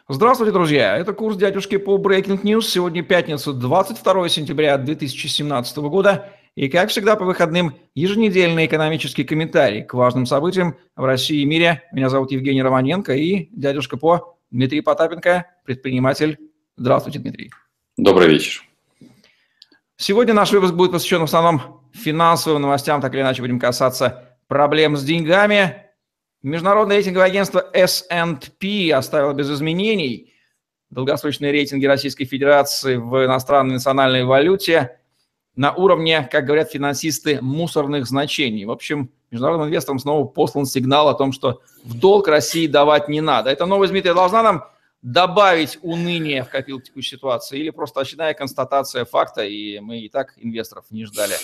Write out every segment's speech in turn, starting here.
Здравствуйте, друзья! Это курс дядюшки по Breaking News. Сегодня пятница, 22 сентября 2017 года. И, как всегда, по выходным еженедельный экономический комментарий к важным событиям в России и мире. Меня зовут Евгений Романенко и дядюшка по Дмитрий Потапенко, предприниматель. Здравствуйте, Дмитрий. Добрый вечер. Сегодня наш выпуск будет посвящен в основном финансовым новостям, так или иначе будем касаться проблем с деньгами. Международное рейтинговое агентство S&P оставило без изменений долгосрочные рейтинги Российской Федерации в иностранной национальной валюте на уровне, как говорят финансисты, мусорных значений. В общем, международным инвесторам снова послан сигнал о том, что в долг России давать не надо. Эта новость, Дмитрий, должна нам добавить уныние в копилку текущей ситуации или просто очередная констатация факта, и мы и так инвесторов не ждали?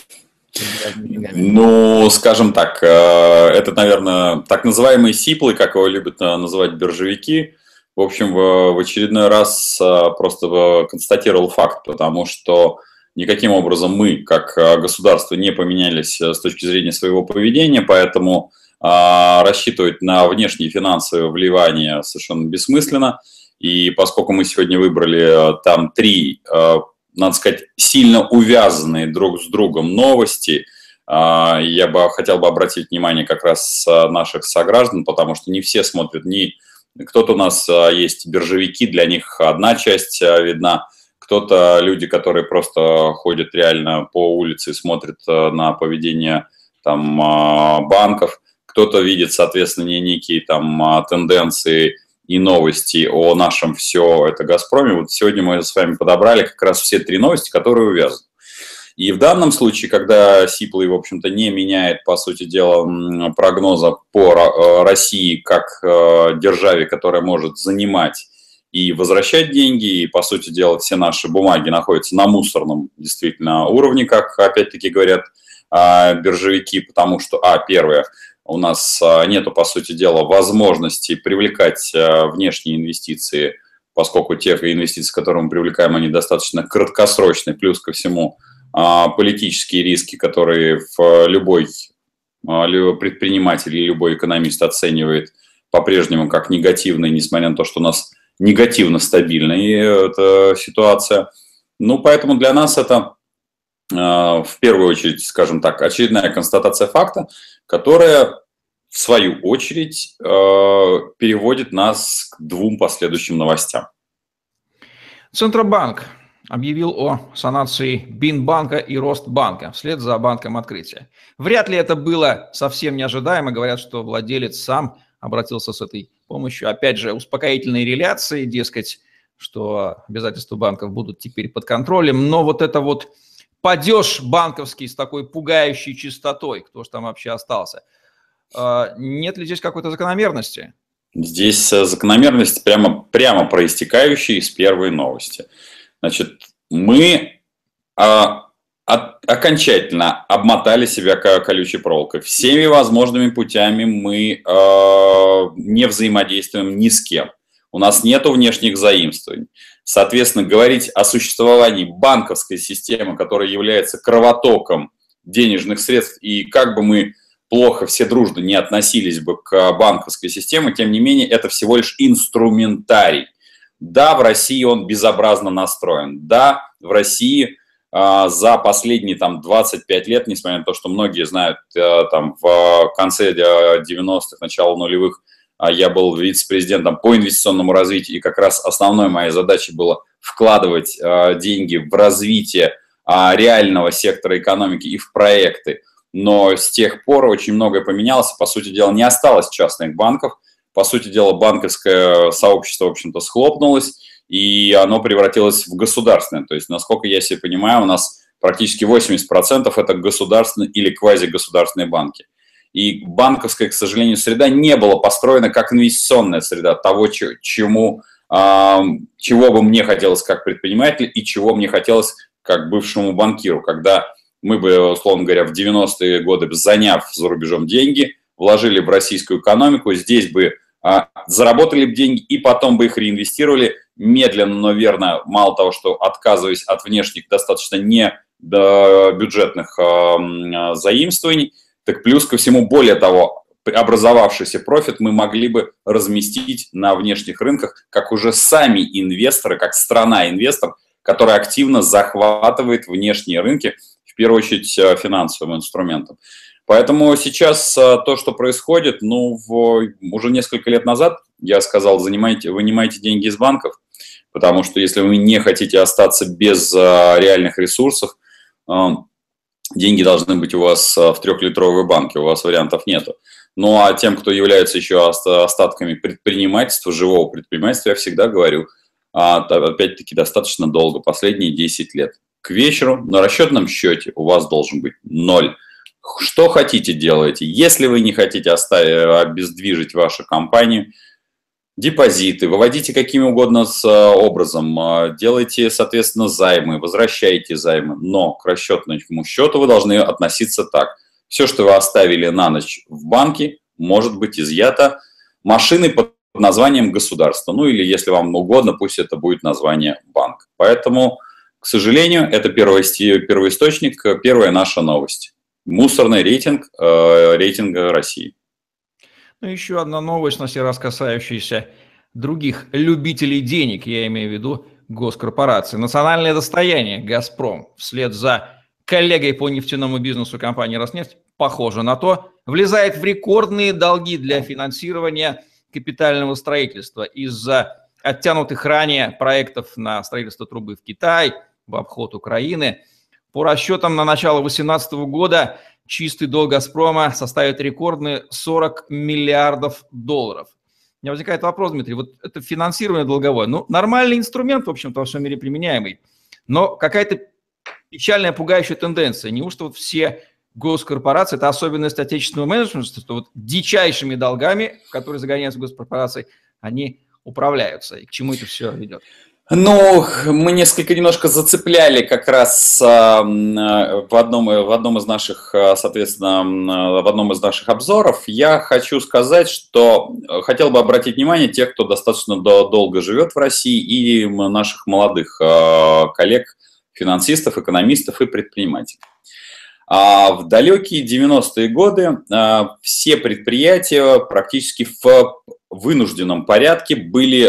Ну, скажем так, это, наверное, так называемые сиплы, как его любят называть биржевики. В общем, в очередной раз просто констатировал факт, потому что никаким образом мы, как государство, не поменялись с точки зрения своего поведения, поэтому рассчитывать на внешние финансовые вливания совершенно бессмысленно. И поскольку мы сегодня выбрали там три, надо сказать, сильно увязанные друг с другом новости, я бы хотел бы обратить внимание как раз наших сограждан, потому что не все смотрят, кто-то у нас есть биржевики, для них одна часть видна, кто-то люди, которые просто ходят реально по улице и смотрят на поведение там банков, кто-то видит, соответственно, некие там тенденции и новости о нашем все это «Газпроме». Вот сегодня мы с вами подобрали как раз все три новости, которые увязаны. И в данном случае, когда Сиплый, в общем-то, не меняет, по сути дела, прогноза по России как державе, которая может занимать и возвращать деньги, и, по сути дела, все наши бумаги находятся на мусорном действительно уровне, как опять-таки говорят биржевики, потому что, первое, у нас нету, по сути дела, возможности привлекать внешние инвестиции, поскольку те инвестиции, которые мы привлекаем, они достаточно краткосрочные, плюс ко всему политические риски, которые любой предприниматель или любой экономист оценивает по-прежнему как негативные, несмотря на то, что у нас негативно стабильная эта ситуация. Ну, поэтому для нас это в первую очередь, скажем так, очередная констатация факта, которая, в свою очередь, переводит нас к двум последующим новостям. Центробанк объявил о санации Бинбанка и Ростбанка вслед за Банком Открытия. Вряд ли это было совсем неожидаемо. Говорят, что владелец сам обратился с этой помощью. Опять же, успокоительные реляции, дескать, что обязательства банков будут теперь под контролем. Но вот это вот падеж банковский с такой пугающей частотой, кто же там вообще остался. Нет ли здесь какой-то закономерности? Здесь закономерность прямо проистекающая из первой новости. Значит, мы окончательно обмотали себя колючей проволокой. Всеми возможными путями мы не взаимодействуем ни с кем. У нас нет внешних заимствований. Соответственно, говорить о существовании банковской системы, которая является кровотоком денежных средств, и как бы мы плохо все дружно не относились бы к банковской системе, тем не менее, это всего лишь инструментарий. Да, в России он безобразно настроен. Да, в России за последние 25 лет, несмотря на то, что многие знают, в конце 90-х, начало нулевых, я был вице-президентом по инвестиционному развитию, и как раз основной моей задачей было вкладывать деньги в развитие реального сектора экономики и в проекты. Но с тех пор очень многое поменялось. По сути дела, не осталось частных банков. По сути дела, банковское сообщество, в общем-то, схлопнулось, и оно превратилось в государственное. То есть, насколько я себе понимаю, у нас практически 80% это государственные или квазигосударственные банки. И банковская, к сожалению, среда не была построена как инвестиционная среда того, чего бы мне хотелось как предпринимателю и чего мне хотелось как бывшему банкиру, когда мы бы, условно говоря, в 90-е годы, заняв за рубежом деньги, вложили в российскую экономику, здесь бы заработали бы деньги и потом бы их реинвестировали медленно, но верно, мало того, что отказываясь от внешних достаточно не бюджетных заимствований, так плюс ко всему, более того, образовавшийся профит мы могли бы разместить на внешних рынках, как уже сами инвесторы, как страна-инвестор, которая активно захватывает внешние рынки, в первую очередь финансовым инструментом. Поэтому сейчас то, что происходит, уже несколько лет назад я сказал, вынимайте деньги из банков, потому что если вы не хотите остаться без реальных ресурсов, деньги должны быть у вас в 3-литровой банке, у вас вариантов нету. Ну а тем, кто является еще остатками предпринимательства, живого предпринимательства, я всегда говорю, опять-таки достаточно долго, последние 10 лет. К вечеру на расчетном счете у вас должен быть 0. Что хотите, делайте. Если вы не хотите обездвижить вашу компанию, депозиты, выводите каким угодно образом, делайте, соответственно, займы, возвращайте займы, но к расчетному счету вы должны относиться так. Все, что вы оставили на ночь в банке, может быть изъято машиной под названием государство. Ну или, если вам угодно, пусть это будет название банк. Поэтому, к сожалению, это первоисточник, первая наша новость. Мусорный рейтинг рейтинга России. Ну, еще одна новость, на сей раз касающаяся других любителей денег, я имею в виду госкорпорации. Национальное достояние «Газпром» вслед за коллегой по нефтяному бизнесу компании «Роснефть», похоже на то, влезает в рекордные долги для финансирования капитального строительства из-за оттянутых ранее проектов на строительство трубы в Китай, в обход Украины. По расчетам на начало 2018 года чистый долг «Газпрома» составит рекордные 40 миллиардов долларов. У меня возникает вопрос, Дмитрий, вот это финансирование долговое, нормальный инструмент, в общем-то, во всем мире применяемый, но какая-то печальная, пугающая тенденция. Неужто вот все госкорпорации, это особенность отечественного менеджмента, что вот дичайшими долгами, которые загоняются в госкорпорации, они управляются. И к чему это все ведет? Мы немножко зацепляли как раз в одном из наших, соответственно, в одном из наших обзоров. Я хочу сказать, что хотел бы обратить внимание тех, кто достаточно долго живет в России, и наших молодых коллег, финансистов, экономистов и предпринимателей. В далекие 90-е годы все предприятия практически в вынужденном порядке были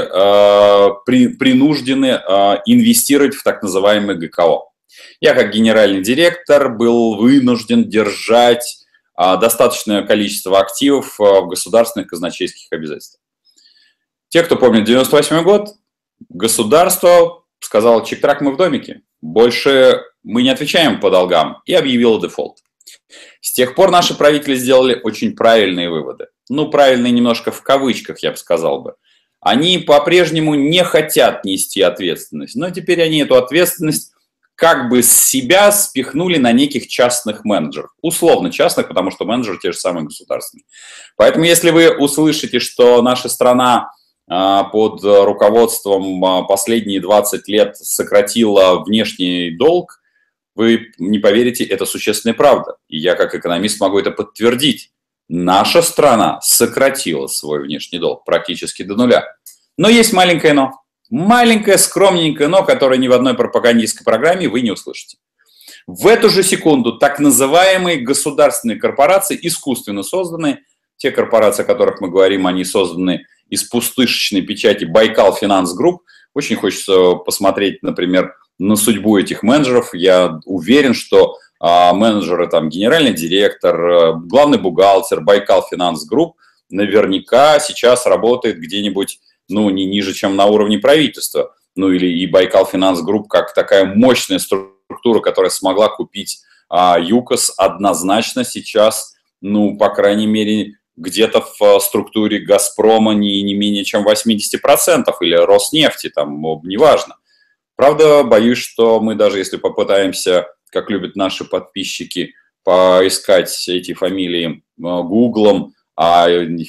принуждены инвестировать в так называемый ГКО. Я как генеральный директор был вынужден держать достаточное количество активов в государственных казначейских обязательствах. Те, кто помнит 98 год, государство сказало: чик-трак, мы в домике, больше мы не отвечаем по долгам, и объявило дефолт. С тех пор наши правители сделали очень правильные выводы. Правильные немножко в кавычках, я бы сказал бы. Они по-прежнему не хотят нести ответственность, но теперь они эту ответственность как бы с себя спихнули на неких частных менеджеров. Условно частных, потому что менеджеры те же самые государственные. Поэтому если вы услышите, что наша страна под руководством последние 20 лет сократила внешний долг, вы не поверите, это существенная правда. И я как экономист могу это подтвердить. Наша страна сократила свой внешний долг практически до нуля. Но есть маленькое но. Маленькое, скромненькое но, которое ни в одной пропагандистской программе вы не услышите. В эту же секунду так называемые государственные корпорации, искусственно созданные, те корпорации, о которых мы говорим, они созданы из пустышечной печати Байкал Финанс Групп. Очень хочется посмотреть, например, на судьбу этих менеджеров. Я уверен, что менеджеры, генеральный директор, главный бухгалтер Байкал Финанс Групп наверняка сейчас работает где-нибудь, не ниже, чем на уровне правительства. Или и Байкал Финанс Групп как такая мощная структура, которая смогла купить ЮКОС, однозначно сейчас, по крайней мере, где-то в структуре «Газпрома» не менее чем 80%, или «Роснефти», неважно. Правда, боюсь, что мы даже если попытаемся, как любят наши подписчики, поискать эти фамилии гуглом, а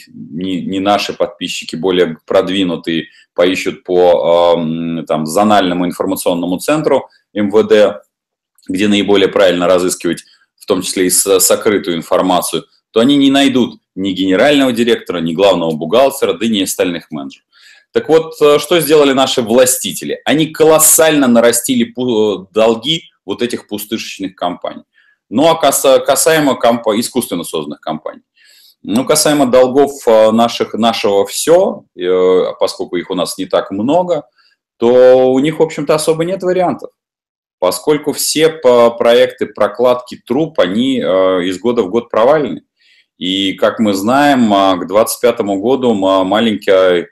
не наши подписчики, более продвинутые, поищут по зональному информационному центру МВД, где наиболее правильно разыскивать, в том числе и сокрытую информацию, то они не найдут ни генерального директора, ни главного бухгалтера, да и ни остальных менеджеров. Так вот, что сделали наши властители? Они колоссально нарастили долги вот этих пустышечных компаний. А касаемо искусственно созданных компаний. Ну, касаемо долгов нашего все, поскольку их у нас не так много, то у них, в общем-то, особо нет вариантов. Поскольку все проекты прокладки труб, они из года в год провалены. И, как мы знаем, к 2025 году маленькая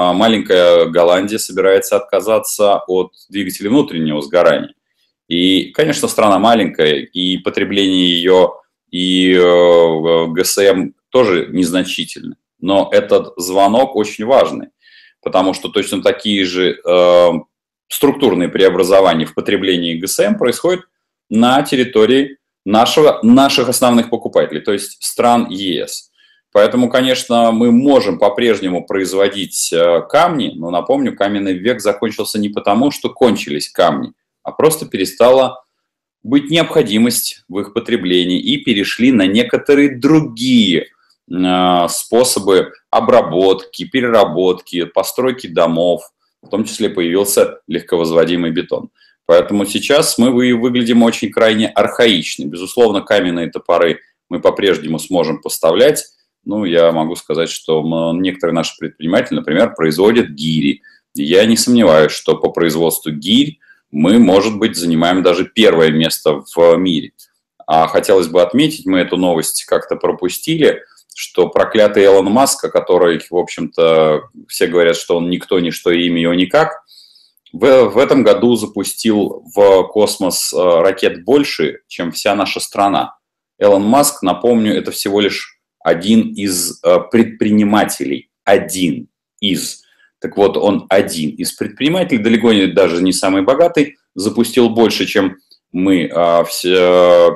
Голландия собирается отказаться от двигателей внутреннего сгорания. И, конечно, страна маленькая, и потребление ее, и ГСМ тоже незначительны. Но этот звонок очень важный, потому что точно такие же структурные преобразования в потреблении ГСМ происходят на территории наших основных покупателей, то есть стран ЕС. Поэтому, конечно, мы можем по-прежнему производить камни, но, напомню, каменный век закончился не потому, что кончились камни, а просто перестала быть необходимость в их потреблении и перешли на некоторые другие способы обработки, переработки, постройки домов, в том числе появился легковозводимый бетон. Поэтому сейчас мы выглядим очень крайне архаично. Безусловно, каменные топоры мы по-прежнему сможем поставлять. Ну, я могу сказать, что некоторые наши предприниматели, например, производят гири. Я не сомневаюсь, что по производству гирь мы, может быть, занимаем даже первое место в мире. А хотелось бы отметить, мы эту новость как-то пропустили, что проклятый Илон Маск, который, в общем-то, все говорят, что он никто, ничто, имя его никак, в этом году запустил в космос ракет больше, чем вся наша страна. Илон Маск, напомню, это всего лишь один из предпринимателей. Один из. Так вот, он один из предпринимателей, далеко даже не самый богатый, запустил больше, чем мы, все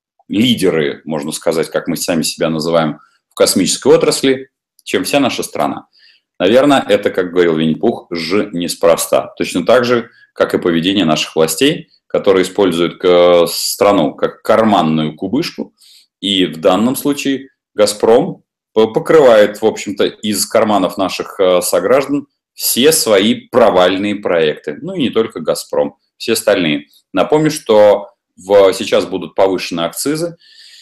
лидеры, можно сказать, как мы сами себя называем, в космической отрасли, чем вся наша страна. Наверное, это, как говорил Винни-Пух, же неспроста. Точно так же, как и поведение наших властей, которые используют страну как карманную кубышку. И в данном случае «Газпром» покрывает, в общем-то, из карманов наших сограждан все свои провальные проекты. Ну и не только «Газпром», все остальные. Напомню, что сейчас будут повышены акцизы,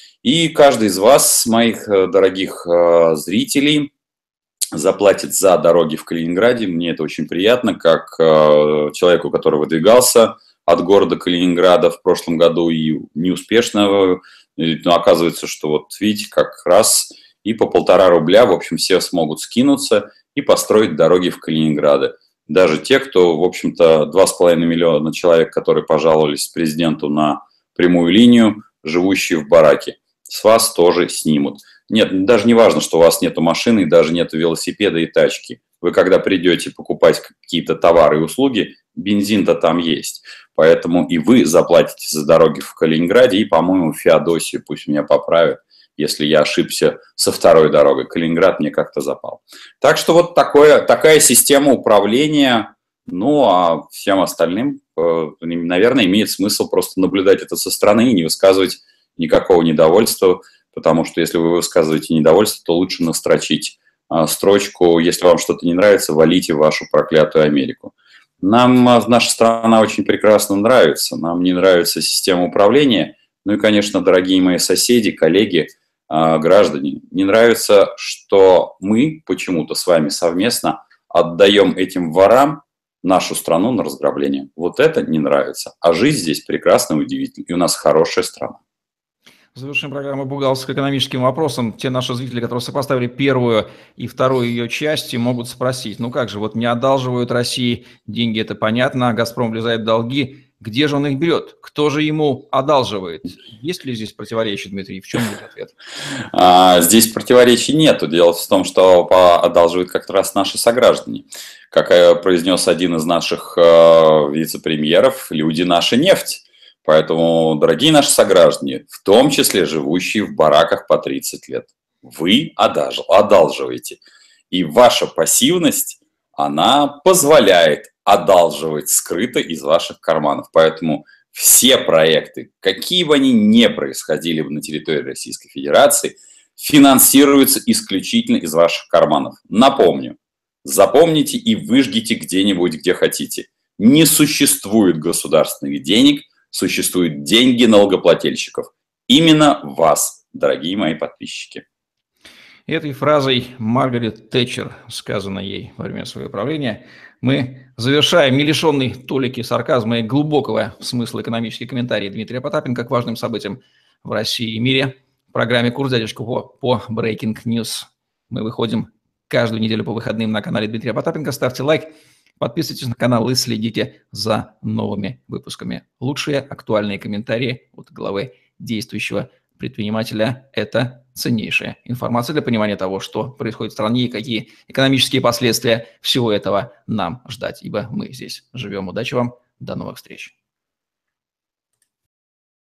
и каждый из вас, моих дорогих зрителей, заплатит за дороги в Калининграде. Мне это очень приятно, как человеку, который выдвигался от города Калининграда в прошлом году и неуспешно. Но оказывается, что вот видите, как раз и по 1,5 рубля, в общем, все смогут скинуться и построить дороги в Калининграде. Даже те, кто, в общем-то, 2,5 миллиона человек, которые пожаловались президенту на прямую линию, живущие в бараке, с вас тоже снимут. Нет, даже не важно, что у вас нету машины, даже нету велосипеда и тачки. Вы когда придете покупать какие-то товары и услуги, бензин-то там есть. Поэтому и вы заплатите за дороги в Калининграде, и, по-моему, Феодосию, пусть меня поправят, если я ошибся со второй дорогой. Калининград мне как-то запал. Так что вот такая система управления. Ну, а всем остальным, наверное, имеет смысл просто наблюдать это со стороны и не высказывать никакого недовольства, потому что если вы высказываете недовольство, то лучше настрочить строчку: если вам что-то не нравится, валите в вашу проклятую Америку. Нам наша страна очень прекрасно нравится, нам не нравится система управления, ну и, конечно, дорогие мои соседи, коллеги, граждане, не нравится, что мы почему-то с вами совместно отдаем этим ворам нашу страну на разграбление. Вот это не нравится. А жизнь здесь прекрасна и удивительна, и у нас хорошая страна. Завершим программу бухгалтерско-экономическим вопросом. Те наши зрители, которые сопоставили первую и вторую ее части, могут спросить: ну как же, вот не одалживают России деньги, это понятно, а «Газпром» влезает в долги. Где же он их берет? Кто же ему одалживает? Есть ли здесь противоречие, Дмитрий? В чем будет ответ? Здесь противоречий нету. Дело в том, что одалживают как раз наши сограждане. Как произнес один из наших вице-премьеров, люди – наша нефть. Поэтому, дорогие наши сограждане, в том числе живущие в бараках по 30 лет, вы одалживаете. И ваша пассивность, она позволяет одалживать скрыто из ваших карманов. Поэтому все проекты, какие бы они ни происходили на территории Российской Федерации, финансируются исключительно из ваших карманов. Напомню, запомните и выжгите где-нибудь, где хотите. Не существует государственных денег, существуют деньги налогоплательщиков. Именно вас, дорогие мои подписчики. Этой фразой Маргарет Тэтчер, сказанной ей во время своего правления, мы завершаем не лишенный толики сарказма и глубокого смысла экономический комментарий Дмитрия Потапенко к важным событиям в России и мире. В программе «Курс дядюшка» по Breaking News мы выходим каждую неделю по выходным на канале Дмитрия Потапенко. Ставьте лайк, подписывайтесь на канал и следите за новыми выпусками. Лучшие актуальные комментарии от главы действующего предпринимателя – это ценнейшая информация для понимания того, что происходит в стране и какие экономические последствия всего этого нам ждать, ибо мы здесь живем. Удачи вам, до новых встреч.